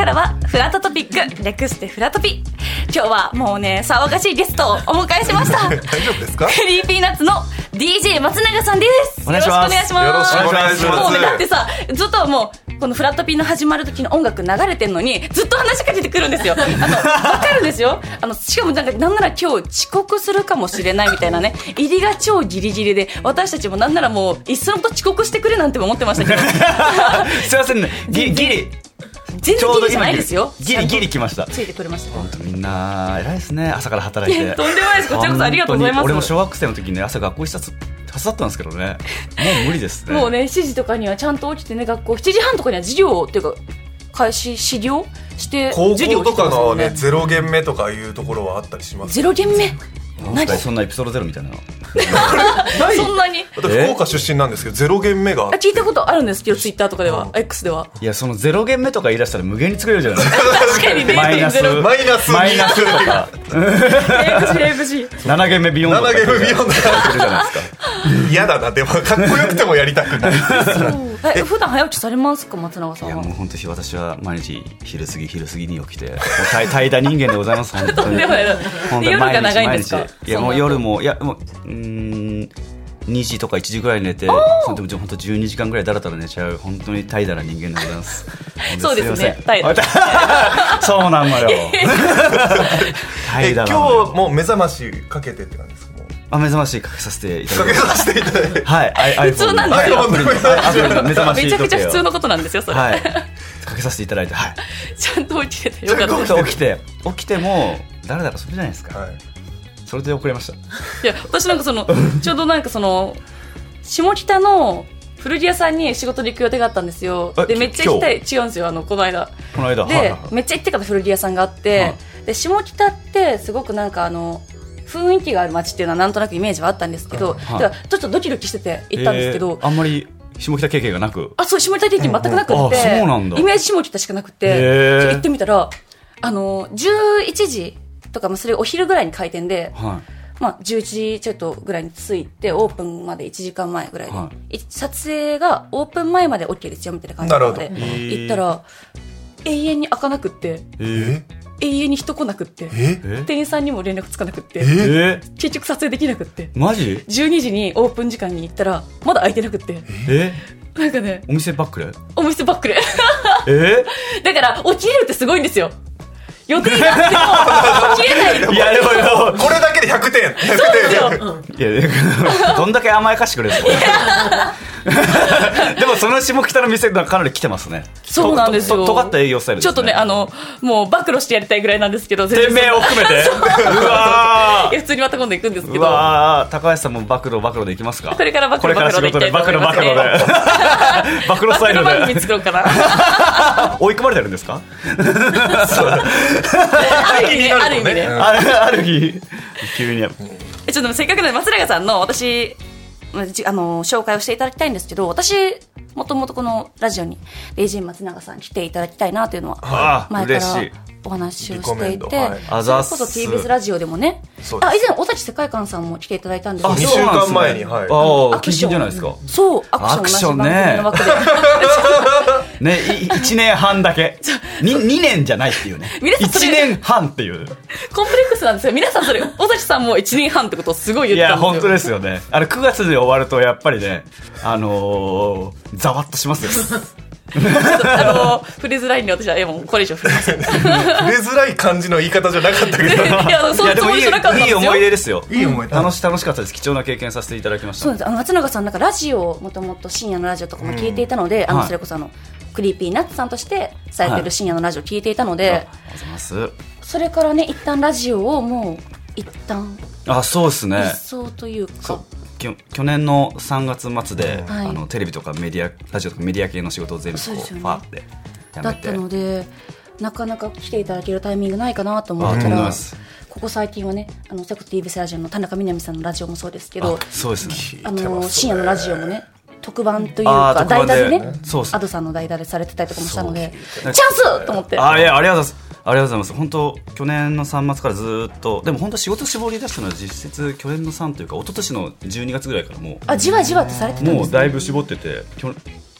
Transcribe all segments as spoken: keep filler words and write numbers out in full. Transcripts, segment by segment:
からはフラトトピック、略してフラトピ。今日はもうね騒がしいゲストをお迎えしました大丈夫ですか？ クリーピーナッツの ディージェー 松永さんです。 お願いします。 よろしくお願いします。 よろしくお願いします。 もうねだってさ、ずっともうこのフラットピーの始まる時の音楽流れてんのにずっと話しかけてくるんですよ。あの分かるんですよ。あのしかもなんかなんなら今日遅刻するかもしれないみたいなね、入りが超ギリギリで、私たちもなんならもういっそのこと遅刻してくれなんて思ってましたけどすいませんね、ギリギリ全然ギリじゃないですよ。 ギリギリ来ました。 ついてくれました。 本当みんな偉いですね、朝から働いて。 とんでもないです。こちらこそありがとうございます。 俺も小学生の時に、ね、朝学校一冊はずだったんですけどね、もう無理ですね。 もうねしちじとかにはちゃんと起きてね、学校しちじはんとかには授業っていうか開始始業して高授業校とかのねねゼロ限目とかいうところはあったりします。 ゼロ限目何そんなエピソードゼロみたいなのそんなに。 だって福岡出身なんですけどゼロ限目があ聞いたことあるんですけど、ツイッターとかでは、うん、X では。 いやそのゼロ限目とか言い出したら無限に作れるじゃないですか確かにねマイナスマイナスマイナスとかエーブジーなな限目ビヨンドとかなな限目ビヨンド作れるじゃないですか嫌だな、でもかっこよくてもやりたくないえ普段早起きされますか、松永さんは？ いやもう本当に私は毎日昼過ぎ昼過ぎに起きてもう怠惰人間でございます本当に。 でも夜が長いんですか？ いやもう夜もいやもううーんにじとかいちじぐらいに寝て、それでも本当じゅうにじかんぐらいだらだら寝ちゃう本当に怠惰な人間でございます。 そうですね、怠惰そうなのよえ今日もう目覚ましかけてって感じですか？もうあ目覚ましかけさせていただきます。 かけさせていただいてはい、 普通なんですよ。 アプリの目覚ましめちゃくちゃ普通のことなんですよそれ、 はい、かけさせていただいて、はい、 ちゃんと起きててよかったです。 起きて起きてもだらだらするじゃないですか、はい、それで遅れました。 いや私なんかそのちょうどなんかその下北の古着屋さんに仕事で行く予定があったんですよ。でめっちゃ行きたい。違うんですよ、あのこの間この間で、はいはいはい、めっちゃ行ってた古着屋さんがあって、はい、で下北ってすごくなんかあの雰囲気がある街っていうのはなんとなくイメージはあったんですけど、はい、だからちょっとドキドキしてて行ったんですけど、 えー、あんまり下北経験がなく。 あそう下北経験全くなくって、うんうん、 そうなんだ。 イメージ下北しかなくて、 えー、 行ってみたらあのじゅういちじとか、まあ、それお昼ぐらいに開店で、はいまあ、じゅういちじちょっとぐらいに着いてオープンまでいちじかんまえぐらいで、はい、撮影がオープン前まで OK ですよみたいな感じなので行ったら永遠に開かなくって、えー、永遠に人来なくって、えー、店員さんにも連絡つかなくって、えー、結局撮影できなくって、 マジじゅうにじにオープン時間に行ったらまだ開いてなくって、 えー、なんかねお店ばっくれお店ばっくれえー、 だから起きれるってすごいんですよ。予定があっても起きれない。 いやでもよこれだけでひゃくてんひゃくてんいやどんだけ甘やかしてくれるんですかでもその下北の店がかなり来てますね。 そうなんですよ。 と尖った営業スタイルですね。 ちょっとねあのもう暴露してやりたいぐらいなんですけど、 店名を含めてうわいや普通にまた今度行くんですけど、 うわ高橋さんも暴露暴露で行きますか？ これから暴露暴露で行きたいと思いますね。 暴露暴露で暴露スタイルで暴露番組作ろうかな追い込まれてるんですか？ ある意味ね、ある意味ね、 ある日急にちょっとせっかくので松永さんの私あの紹介をしていただきたいんですけど、私もともとこのラジオにデイジー松永さん来ていただきたいなというのは前からお話をしていて、はい、それこそ ティービーエス ラジオでもね、あ以前尾崎世界観さんも来ていただいたんですけど、 にしゅうかんまえに、はい、 あキンキンじゃないですか。 そうアクションなし番組の枠でねいちねんはんだけ に, にねんじゃないっていうねいちねんはんっていうコンプレックスなんですよ皆さん。それ尾崎さんもいちねんはんってことをすごい言ってたんですよ。 いや本当ですよね。あれくがつで終わるとやっぱりねあのー、ざわっとしますよちょっとあの触れづらいんで私はもうこれ以上触れません触れづらい感じの言い方じゃなかったけどいやそういうつもりじゃなかったんですよ。 いい思い出ですよ。 いい思い出、 楽し楽しかったです。貴重な経験させていただきました。 そうです。あの松永さんなんかラジオもともと深夜のラジオとかも聞いていたので、うん、あのそれこそあの、はい、クリーピーナッツさんとしてされてる深夜のラジオ聞いていたので、はい、ありがとうございます。それからね一旦ラジオをもう一旦あそうですね一掃というか去年のさんがつ末で、 はい、 あのテレビとかメディアラジオとかメディア系の仕事を全部こう、ね、ファーってやめてだったのでなかなか来ていただけるタイミングないかなと思ったら、ここ最近はねあのセクティーブスラジオの田中みな実さんのラジオもそうですけど、 あそうですね、 あの深夜のラジオもね特番というか代打でね、 そうアドさんの代打でされてたりとかもしたのでチャンスと思って。 あいやありがとうございます。ありがとうございます。本当去年のさんがつからずっとでも本当仕事絞り出したのは実質去年のさんというか一昨年のじゅうにがつぐらいからもうあじわじわってされてたんですね。 もうだいぶ絞ってて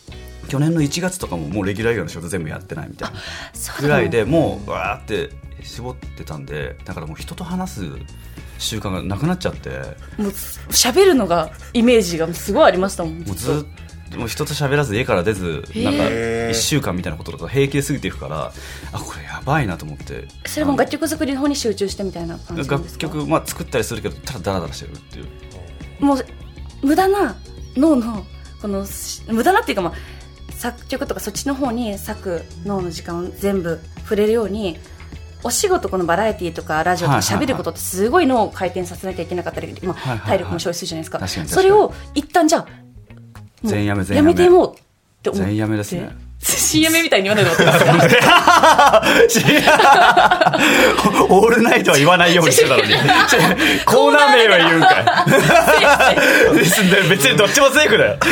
去年のいちがつとかももうレギュラー以外の仕事全部やってないみたいなぐらいでもうわーって絞ってたんで、だからもう人と話す習慣がなくなっちゃって、 もう喋るのがイメージがすごいありましたもん。 もうずっともう人と喋らず家から出ずなんかいっしゅうかんみたいなこととか平気で過ぎていくから、あこれやばいなと思って。それも楽曲作りの方に集中してみたいな感じですか？ 楽曲、まあ、作ったりするけどただダラダラしてるっていう、 もう無駄な脳のこの無駄なっていうか、まあ、作曲とかそっちの方に割く脳の時間を全部触れるように、お仕事このバラエティーとかラジオとか喋ることってすごい脳を回転させなきゃいけなかったり、まあ、体力も消費するじゃないですか。それを一旦じゃあ全員やめ全員やめてもうって思って、 全員やめですね。 シーエム みたいに言わないでもらってますか？ オールナイトは言わないようにしてたのにコーナー名は言うんかい別にどっちもセーフだよ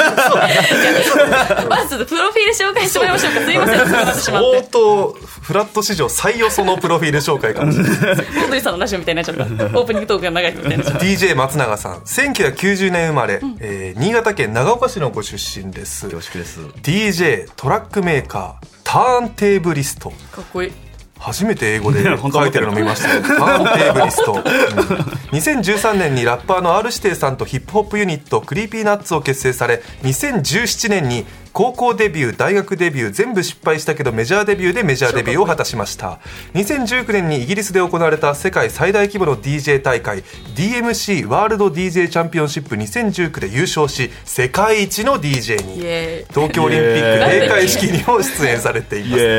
まずプロフィール紹介してもらいましょうか。すいません、 相当フラット史上最予想のプロフィール紹介かもしれない。 オードリーさんのラジオみたいになっちゃった。オープニングトークが長いみたいな。ディージェー 松永さん、せんきゅうひゃくきゅうじゅうねん生まれ、うんえー、新潟県長岡市のご出身です。 恐縮です。 ディージェー トラックメーカー、ターンテーブリスト。 かっこいい。 初めて英語で書いてるの見ましたよ。ターンテーブリスト、うん、にせんじゅうさんねんにラッパーの R 指定さんとヒップホップユニットクリーピーナッツを結成され、にせんじゅうななねんに高校デビュー、大学デビュー全部失敗したけどメジャーデビューでメジャーデビューを果たしました。にせんじゅうきゅうねんにイギリスで行われた世界最大規模の ディージェー 大会 ディーエムシー ワールド ディージェー チャンピオンシップにせんじゅうきゅうで優勝し、世界一の ディージェー に東京オリンピック閉会式にも出演されています。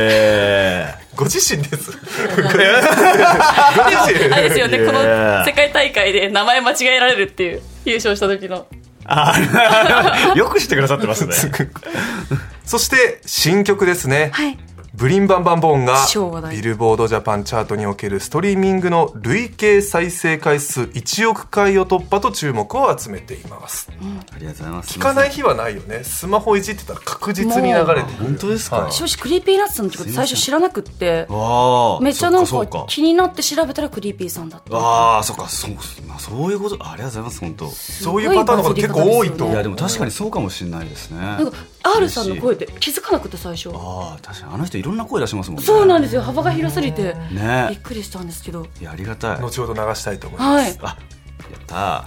ご自身ですご自身あれですよね、この世界大会で名前間違えられるっていう、優勝した時のあよく知ってくださってますねそして新曲ですね、 はい、 ブリンバンバンボーンがビルボードジャパンチャートにおけるストリーミングの累計再生回数いちおくかいを突破と注目を集めています、 うん、ありがとうございます。 聞かない日はないよね。スマホいじってたら確実に流れてる。 本当ですか？ はい、正直クリーピーナッツの曲最初知らなくってめっちゃなんか気になって調べたらクリーピーさんだった。 ああそっか、そう、まあ、そういうこと。ありがとうございます。本当そういうパターンのこと結構多いと。 いやでも確かにそうかもしれないですね。 なんか R さんの声で気づかなくて最初。 ああ確かにあの人いろんな声出しますもんね。 そうなんですよ、幅が広すぎて、 ね、 びっくりしたんですけど。 いやありがたい。 後ほど流したいと思います、 はい、 あや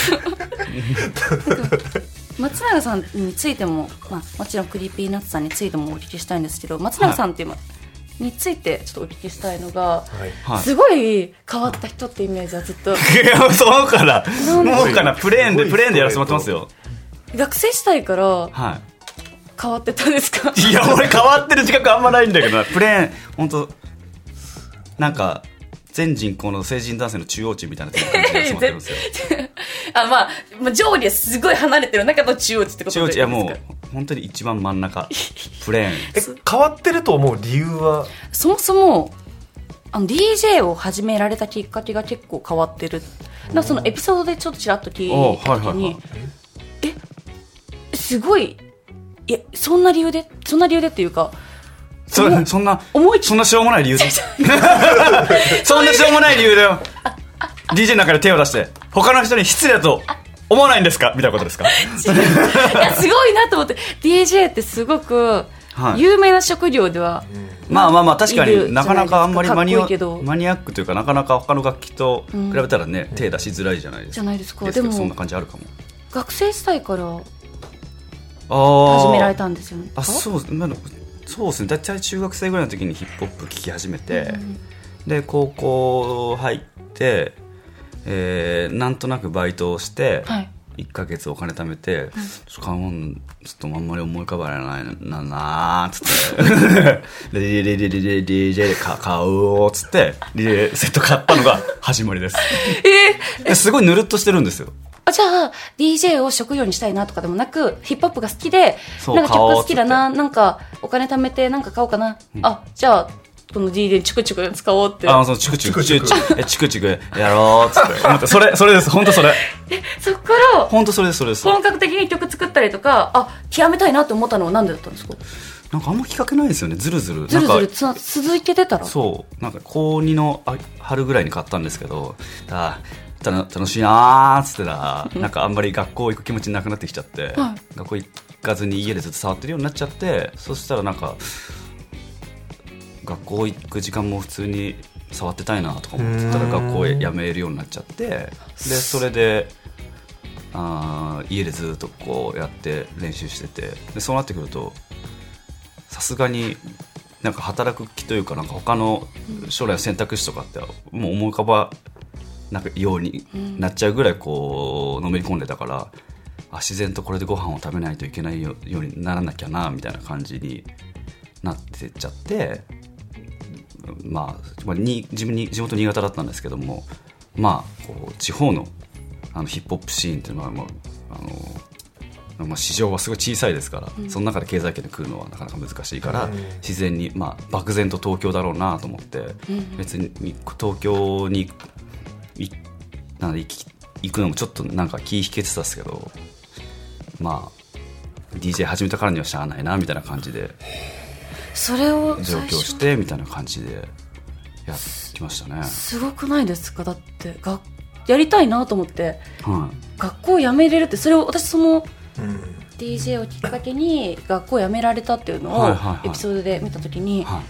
った松永さんについても、まあ、もちろんクリーピーナッツさんについてもお聞きしたいんですけど、松永さんっていう、はい、についてちょっとお聞きしたいのが、はい、すごい変わった人ってイメージはずっとそうかなもうかなプレーンでプレーンでやらせてもらってますよ。 学生時代から、 はい変わってたんですか？ いや俺変わってる自覚あんまないんだけどな。プレーン本当なんか全人口の成人男性の中央値みたいな感じで集まってるんですよあ、まあ、まあ上下すごい離れてる中の中央値ってことで。 中央値、いやもう本当に一番真ん中プレーンえ変わってると思う理由は？ そもそもあの ディージェー を始められたきっかけが結構変わってる。なんかそのエピソードでちょっとちらっと聞いた時に、はいはいはい、えすごい、いやそんな理由でそんな理由でっていうか、 そそんな思いそんなしょうもない理由でそんなしょうもない理由だよディージェー の中で手を出して他の人に失礼だと思わないんですかみたいなことですか？いやすごいなと思って。 ディージェー ってすごく有名な職業では、はい、 まあまあまあ確かになかなかあんまりマニアマニアックというかなかなか他の楽器と比べたらね、うん、手出しづらいじゃないですか。 じゃないですか。 ですけどそんな感じあるかも。 学生時代から始められたんですよね。 あそう、まあ、そうですね。だいたい中学生ぐらいの時にヒップホップ聴き始めて、うん、で高校入って、えー、なんとなくバイトをして、はい、いっかげつお金貯めて、うん、ちょっと買うもんちょっとあんまり思い浮かばないななーっつってでディージェー で買おうっつってセット買ったのが始まりです。えー、すごいぬるっとしてるんですよ。 あじゃあ ディージェー を職業にしたいなとかでもなく、ヒップホップが好きでなんか曲好きだな、なんかお金貯めてなんか買おうかな、うん、あじゃあこの ディージェー チクチク使おうって。 あそのチクチクチクチクチクチクやろうっつって思ってそれそれです本当それ。 えそっから本当それですそれです。 本格的に曲作ったりとか、あ極めたいなって思ったのはなんでだったんですか？ なんかあんまきっかけないですよね。ずるずるずるずるつ続いて出たら。 そうなんか高にの春ぐらいに買ったんですけど、あた楽しいなーっつってたらなんかあんまり学校行く気持ちなくなってきちゃって、はい、学校行かずに家でずっと触ってるようになっちゃって、そしたらなんか学校行く時間も普通に触ってたいなとか思ってたら学校へ辞めるようになっちゃって、でそれであ家でずっとこうやって練習してて、でそうなってくるとさすがになんか働く気というか、なんか他の将来の選択肢とかってもう思い浮かばなんかようになっちゃうぐらいこうのめり込んでたから、あ自然とこれでご飯を食べないといけないようにならなきゃなみたいな感じになってっちゃって、まあに自分に地元新潟だったんですけども、まあこう地方のあのヒップホップシーンっていうのは、まああのまあ、市場はすごい小さいですから、うん、その中で経済圏で食うのはなかなか難しいから、うん、自然に、まあ、漠然と東京だろうなと思って、うん、別に東京になんで行, 行くのもちょっとなんか気引けてたんですけど、まあ ディージェー 始めたからにはしゃあないなみたいな感じでそれを上京してみたいな感じでやってきましたね。 すごくないですか？だってがやりたいなと思って、はい、学校辞めれるって、それを私その、うん、ディージェー をきっかけに学校辞められたっていうのをエピソードで見たときに、はいはい、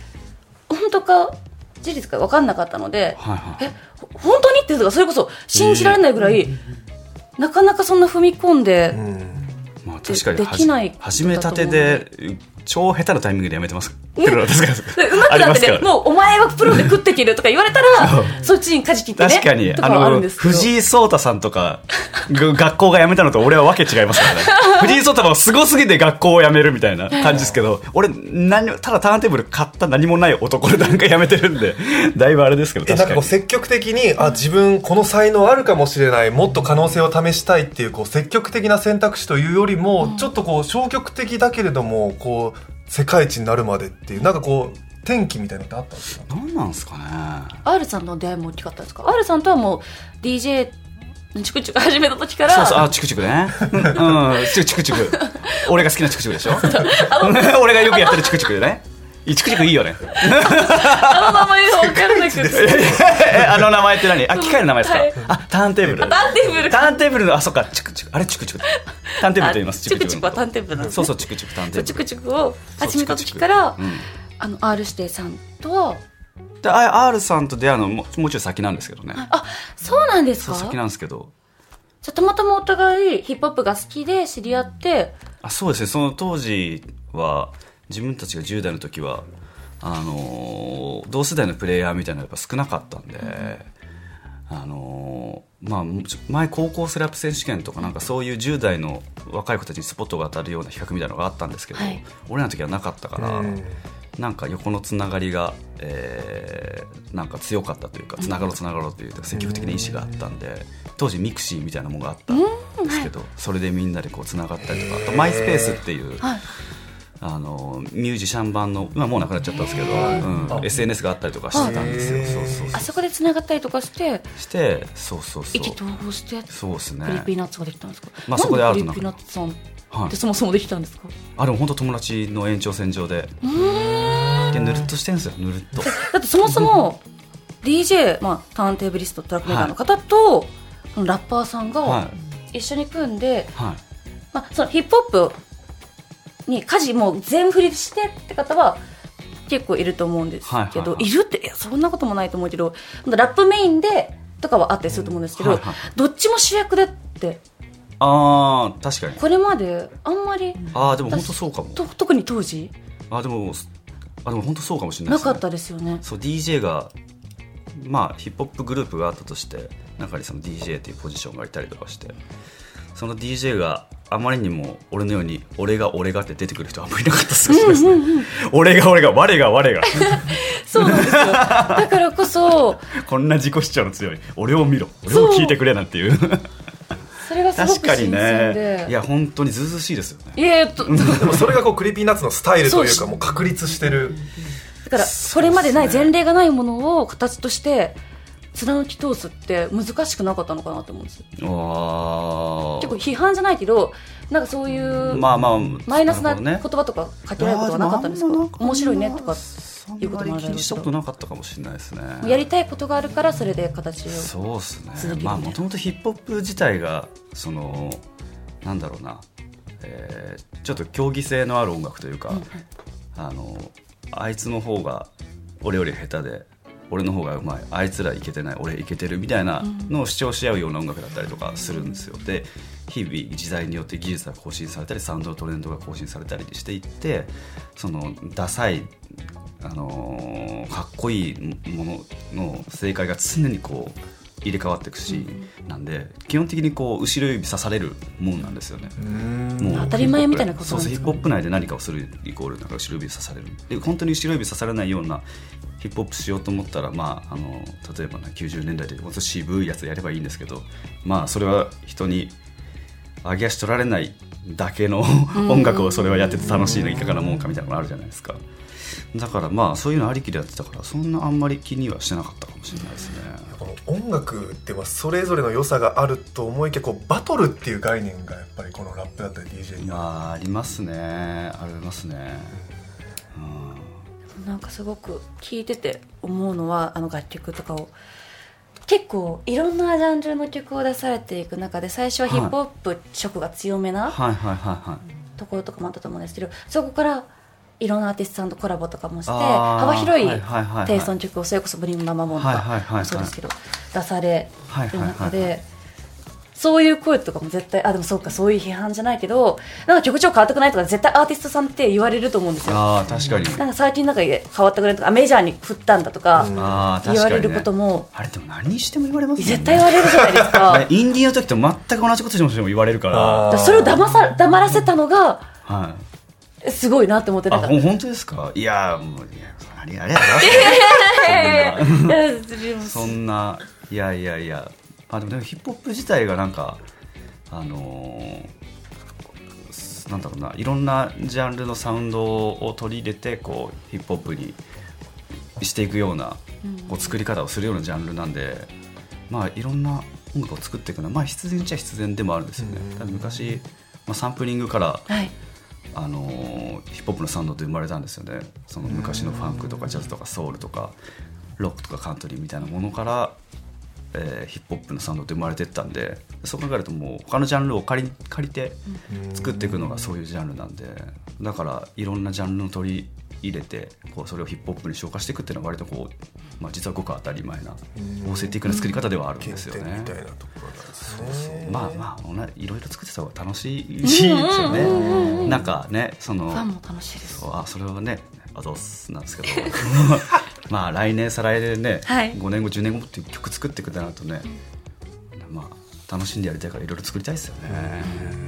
本当か事実か分かんなかったので、はいはい、え本当にっていうのがそれこそ信じられないぐらい、えー、なかなかそんな踏み込んで、うんまあ、確かにできない始めたてで超下手なタイミングでやめてますっていうのは確かにうまくなってね、もうお前はプロで食ってきるとか言われたらそっちに舵切ってね、 確かにあの藤井聡太さんとか学校が辞めたのと俺はわけ違いますからね藤井聡太はすごすぎて学校を辞めるみたいな感じですけど、俺何ただターンテーブル買った何もない男でなんか辞めてるんでだいぶあれですけど、確かになんかこう積極的にあ自分この才能あるかもしれない、もっと可能性を試したいっていう、こう積極的な選択肢というよりも、うん、ちょっとこう消極的だけれどもこう世界一になるまでっていう、なんかこう転機みたいなのってあったんですか？ 何なんですかね。 R さんの出会いも大きかったんですか？ R さんとはもう ディージェー チクチク始めた時から。 そうそう、あチクチクねうんチクチクチク俺が好きなチクチクでしょ俺がよくやってるチクチクでね、チクチクいいよねあの名前が分からなくてあの名前って何？あ、機械の名前ですか？はい、あ、ターンテーブル。 ターンテーブル。 ターンテーブルの、あ、そっか、チクチク。あれ、チクチク。ターンテーブルと言います。 チクチクはターンテーブルなんですね。 そうそう、チクチクターンテーブル。 チクチクを始めた時から、うん、あの R 指定さんとは。 で、R さんと出会うのももうちょい先なんですけどね。 あ、そうなんですか？ そう、先なんですけど。 じゃあたまたまお互いヒップホップが好きで知り合って。 あ、そうですね。その当時は自分たちがじゅう代の時は。あの同世代のプレイヤーみたいなのがやっぱ少なかったんで、うん、あのまあ、前高校スラップ選手権とかなんかそういうじゅう代の若い子たちにスポットが当たるような企画みたいなのがあったんですけど、はい、俺らの時はなかったから、うん、なんか横のつながりが、えー、なんか強かったというか、つながろうつながろうという積極的な意志があったんで、うん、当時ミクシーみたいなものがあったんですけど、うん、はい、それでみんなでこうつながったりとか、あとマイスペースっていう、はい、あのミュージシャン版の今もうなくなっちゃったんですけど、うん、エスエヌエス があったりとかしてたんですよ。そうそうそう、 あそこでつながったりとかしてしてそうそうそう意気投合してそうですね、 クリーピーナッツができたんですか？ まあ、そこであるとクリーピーナッツさんってそもそもできたんですか？はい、 あでも本当友達の延長線上ででぬるっとしてるんですよ、ぬるっと。 だってそもそもディージェー、まあ、ターンテーブリストトラックメーカーの方と、はい、ラッパーさんが一緒に組んで、はい、まあ、そのヒップホップに家事もう全振りしてって方は結構いると思うんですけど、はいはいはい、いるっていやそんなこともないと思うけど、ラップメインでとかはあったりすると思うんですけど、うん、はいはい、どっちも主役でって、 あー確かにこれまであんまり、 あーでも本当そうかも、 と特に当時あでもあでも本当そうかもしれないですね。 なかったですよね。 そう ディージェー がまあヒップホップグループがあったとして中にその ディージェー っていうポジションがいたりとかして、その ディージェー があまりにも俺のように俺が俺がって出てくる人はあんまりいなかったですね、うんうんうん、俺が俺が我が我がそうなんですよ。だからこそこんな自己主張の強い俺を見ろ俺を聞いてくれなんていうそれがすごく新鮮で、確かにね、いや本当にずうずうしいですよね。 いやでもそれがこうクリーピーナッツのスタイルというかもう確立してる。 だからそれまでない前例がないものを形として貫き通すって難しくなかったのかなと思うんですよ。あ結構批判じゃないけどなんかそういうマイナスな言葉とかかけられることはなかったんですか？面白いねとかいうこともあるだろうけど、 あんまり気にしたことなかったかもしれないですね。 やりたいことがあるからそれで形をそうですね。まあもともとヒップホップ自体がそのなんだろうな、えー、ちょっと競技性のある音楽というか、うん、あのあいつの方が俺より下手で俺の方がうまい、あいつらイケてない俺イケてるみたいなのを主張し合うような音楽だったりとかするんですよ。で日々時代によって技術が更新されたりサウンドのトレンドが更新されたりしていって、そのダサい、あのー、かっこいいものの正解が常にこう入れ替わっていくし、うん、なんで基本的にこう後ろ指刺されるもんなんですよね。 もう当たり前みたいなことなんですかね。 そうそう、ヒップホップ内で何かをするイコールなんか後ろ指刺される。で本当に後ろ指刺されないようなヒップホップしようと思ったら、まあ、あの例えば、ね、きゅうじゅうねんだいでもっと渋いやつやればいいんですけど、まあそれは人に上げ足取られないだけの音楽をそれはやってて楽しいのいかがなもんかみたいなのがあるじゃないですか。だからまあそういうのありきでやってたから、そんなあんまり気にはしてなかったかもしれないですね。 この音楽ってそれぞれの良さがあると思いきや、こうバトルっていう概念がやっぱりこのラップだったり ディージェー にありますね。ありますね、 うん、なんかすごく聴いてて思うのは、あの楽曲とかを結構いろんなジャンルの曲を出されていく中で、最初はヒップホップ色が強めなところとかもあったと思うんですけど、そこからいろんなアーティストさんとコラボとかもして幅広いテイストの曲を、それこそブリンママモンとかもそうですけど出される中で、そういう声とかも絶対、あでもそうか、そういう批判じゃないけど、なんか曲調変わってくないとか絶対アーティストさんって言われると思うんですよ。 あ確かに。 なんか最近なんか変わったくないとか、メジャーに振ったんだとか言われることも、 あれでも何にしても言われますよね。 絶対言われるじゃないですかインディーの時と全く同じことしても言われるから、 それを黙さ黙らせたのが、 はい、 すごいなって思って。 あ本当ですか。いやもういやあれあれやろそんないやいやいや、あでも、でもヒップホップ自体がなんかあのー、なんだろうな、いろんなジャンルのサウンドを取り入れてこうヒップホップにしていくようなこう作り方をするようなジャンルなんで、まあいろんな音楽を作っていくのはまあ必然っちゃ必然でもあるんですよね。ただ昔、まあ、サンプリングから、はい、あのー、ヒップホップのサウンドって生まれたんですよね。その昔のファンクとかジャズとかソウルとかロックとかカントリーみたいなものから、えー、ヒップホップのサウンドって生まれていったんで、そう考えるともう他のジャンルを借り、借りて作っていくのがそういうジャンルなんで、だからいろんなジャンルを取り入れてこうそれをヒップホップに昇華していくっていうのは割とこう、まあ、実はごく当たり前なオーセンティックな作り方ではあるんですよね。 みたいなところなんですね。 そうそう、まあまあいろいろ作ってた方が楽しいですよね。なんかね、そのファンも楽しいです。 そう、あそれはねあどうすなんですけどまあ来年再来年ね、はい、ごねんごじゅうねんごっていう曲作っていくってなるとね、うん、まあ楽しんでやりたいからいろいろ作りたいですよね。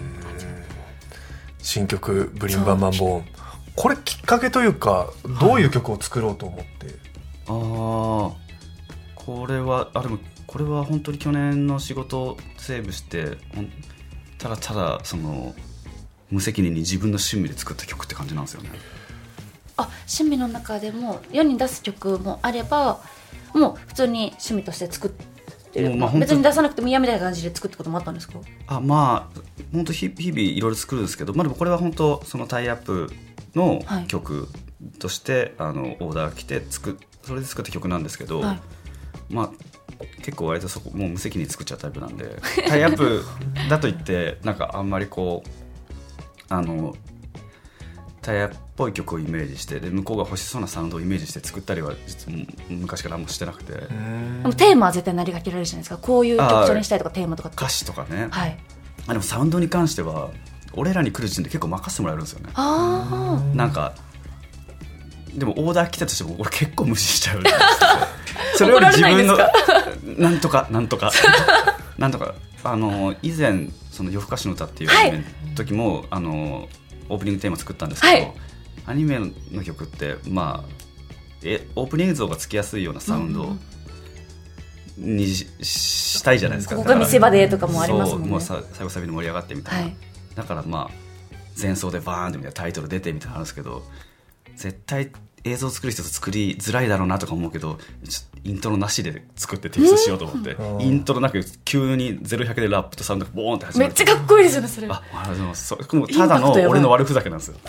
新曲ブリンバンマンボーン、これきっかけというかどういう曲を作ろうと思って、 はい、ああこれはあでもこれは本当に去年の仕事をセーブしてただただその無責任に自分の趣味で作った曲って感じなんですよね。 あ趣味の中でも世に出す曲もあれば、もう普通に趣味として作ってる、まあ、別に出さなくてもいいやみたいな感じで作ったこともあったんですか？ あまあ本当日々いろいろ作るんですけど、まあ、でもこれは本当そのタイアップの曲として、はい、あのオーダー来て作それで作った曲なんですけど、はい、まあ結構割とそこもう無責任に作っちゃうタイプなんでタイアップだといってなんかあんまりこうあのタイアップっぽい曲をイメージして、で向こうが欲しそうなサウンドをイメージして作ったりは実は昔からあんましてなくて、でもテーマは絶対なりがけられるじゃないですか。こういう曲調にしたいとかテーマとか歌詞とかね、 はい、 あでもサウンドに関しては俺らに来る時点で結構任せてもらえるんですよね。あなんかでもオーダー来たとしても俺結構無視しちゃうんですよそれより自分のなんとかなんとかなんとかあの以前その夜更かしの歌っていうアニメの時も、はい、あのオープニングテーマ作ったんですけど、はい、アニメの曲ってまあえオープニング像がつきやすいようなサウンドに し,、うん、したいじゃないですか。 ここが見せ場でとかもありますもんね。 そうもうさ最後サビで盛り上がってみたいな、はい、だからまあ前奏でバーンってみたいなタイトル出てみたいなのあるんですけど、絶対映像作る人と作りづらいだろうなとか思うけど、ちょっとイントロなしで作って提出しようと思って、イントロなく急にゼロひゃくでラップとサウンドがボーンって始まる。 めっちゃかっこいいですよねそれ。 ああでもそもうただの俺の悪ふざけなんですよ。え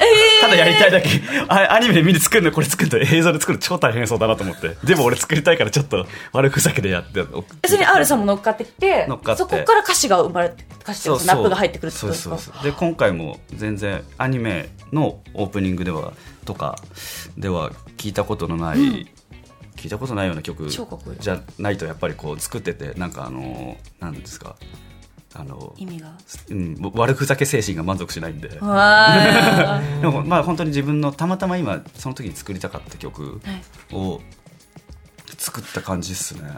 ただやりたいだけアニメでみんな作るのこれ作るの映像で作るの超大変そうだなと思って、でも俺作りたいからちょっと悪ふざけでやってそれに R さんも乗っかってきて乗っかってそこから歌詞が生まれて歌詞とラップが入ってくるってことですか。 そうそうそうで今回も全然アニメのオープニングではとかでは聞いたことのない、うん、聞いたことないような曲じゃないとやっぱりこう作っててなんかあのなんですかあの意味が、 うん、悪ふざけ精神が満足しないんででもまあ本当に自分のたまたま今その時に作りたかった曲を作った感じですね、はい、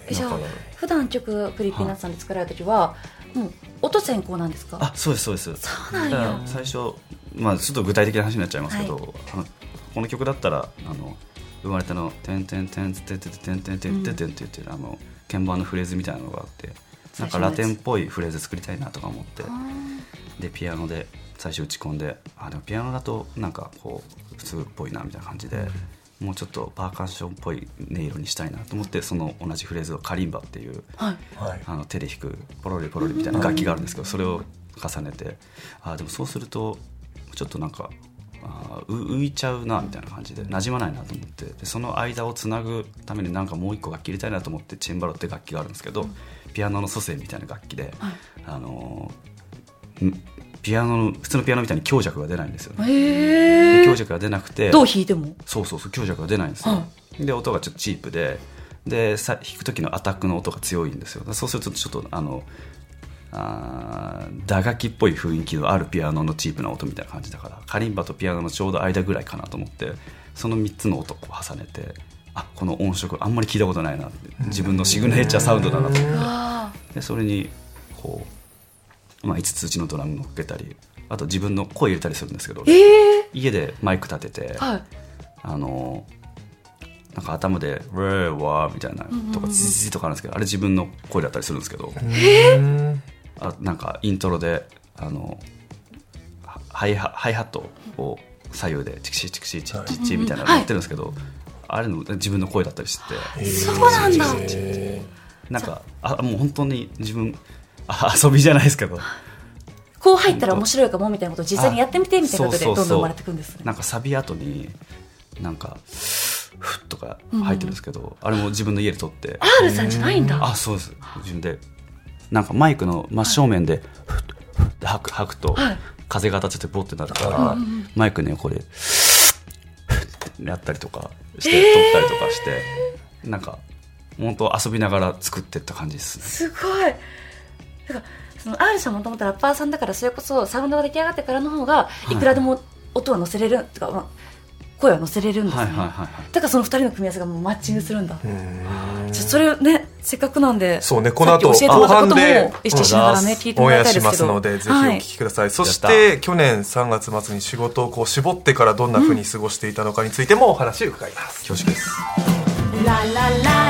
じゃあ普段曲クリーピーナッツさんで作られる時は、もう音先行なんですか。 あ、そうですそうです。 そうなんや。 最初、まあ、ちょっと具体的な話になっちゃいますけど、はい、あのこの曲だったらあの生まれたの「てんてんてんてんてんてんてんてんてんてん」って言ってあの鍵盤のフレーズみたいなのがあってなんかラテンっぽいフレーズ作りたいなとか思ってでピアノで最初打ち込んであでもピアノだとなんかこう普通っぽいなみたいな感じで、うん、もうちょっとパーカッションっぽい音色にしたいなと思ってその同じフレーズをカリンバっていう、はい、あの手で弾くポロリポロリみたいな楽器があるんですけど、うん、それを重ねてあでもそうするとちょっとなんかあ浮いちゃうなみたいな感じで馴染まないなと思ってでその間をつなぐためになんかもう一個楽器入れたいなと思ってチェンバロって楽器があるんですけど、うん、ピアノの蘇生みたいな楽器で、はいあのー、ピアノの普通のピアノみたいに強弱が出ないんですよね。へー。で強弱が出なくてどう弾いてもそうそうそう強弱が出ないんですよ、はい、で音がちょっとチープででさ弾く時のアタックの音が強いんですよ。そうするとちょっとあのあ打楽器っぽい雰囲気のあるピアノのチープな音みたいな感じだからカリンバとピアノのちょうど間ぐらいかなと思ってそのみっつの音を重ねてあこの音色あんまり聞いたことないなって自分のシグネチャーサウンドだなと思ってでそれにこう、まあ、いつつ打ちのドラム乗っけたりあと自分の声入れたりするんですけど、えー、家でマイク立てて、はい、あのなんか頭で「ウェーワー」みたいなとか「ズズ」とかあるんですけどあれ自分の声だったりするんですけど、えー、あなんかイントロであのハイハ、ハイハットを左右でチクシーチクシーチッチッチみたいなのやってるんですけど、はい、あれの自分の声だったりしてそうなんだなんかあもう本当に自分あ遊びじゃないですけどこう入ったら面白いかもみたいなことを実際にやってみてみたいなことでどんどん生まれていくんですね。 なんかサビ後になんかフッとか入ってるんですけど、うん、あれも自分の家で撮って R さんじゃないんだ。 あそうです自分でなんかマイクの真正面でフッフッって吐く、吐くと、はい、風が当たっちゃってボッてなるから、うん、マイクねこれフッってやったりとかして、えー、撮ったりとかしてなんか本当遊びながら作ってった感じですね。 すごいだからその R さんもともとラッパーさんだからそれこそサウンドが出来上がってからの方がいくらでも音は乗せれる、はい、とか、まあ、声は乗せれるんですね、はいはいはいはい、だからそのふたりの組み合わせがもうマッチングするんだ。うんじゃそれねせっかくなんでそうねこの後後半で意識しながらね聞いてもらいたいですけどオンエアしますのでぜひお聞きください、はい、そして去年さんがつ末に仕事をこう絞ってからどんな風に過ごしていたのかについてもお話を伺います。 恐縮です。 ラララ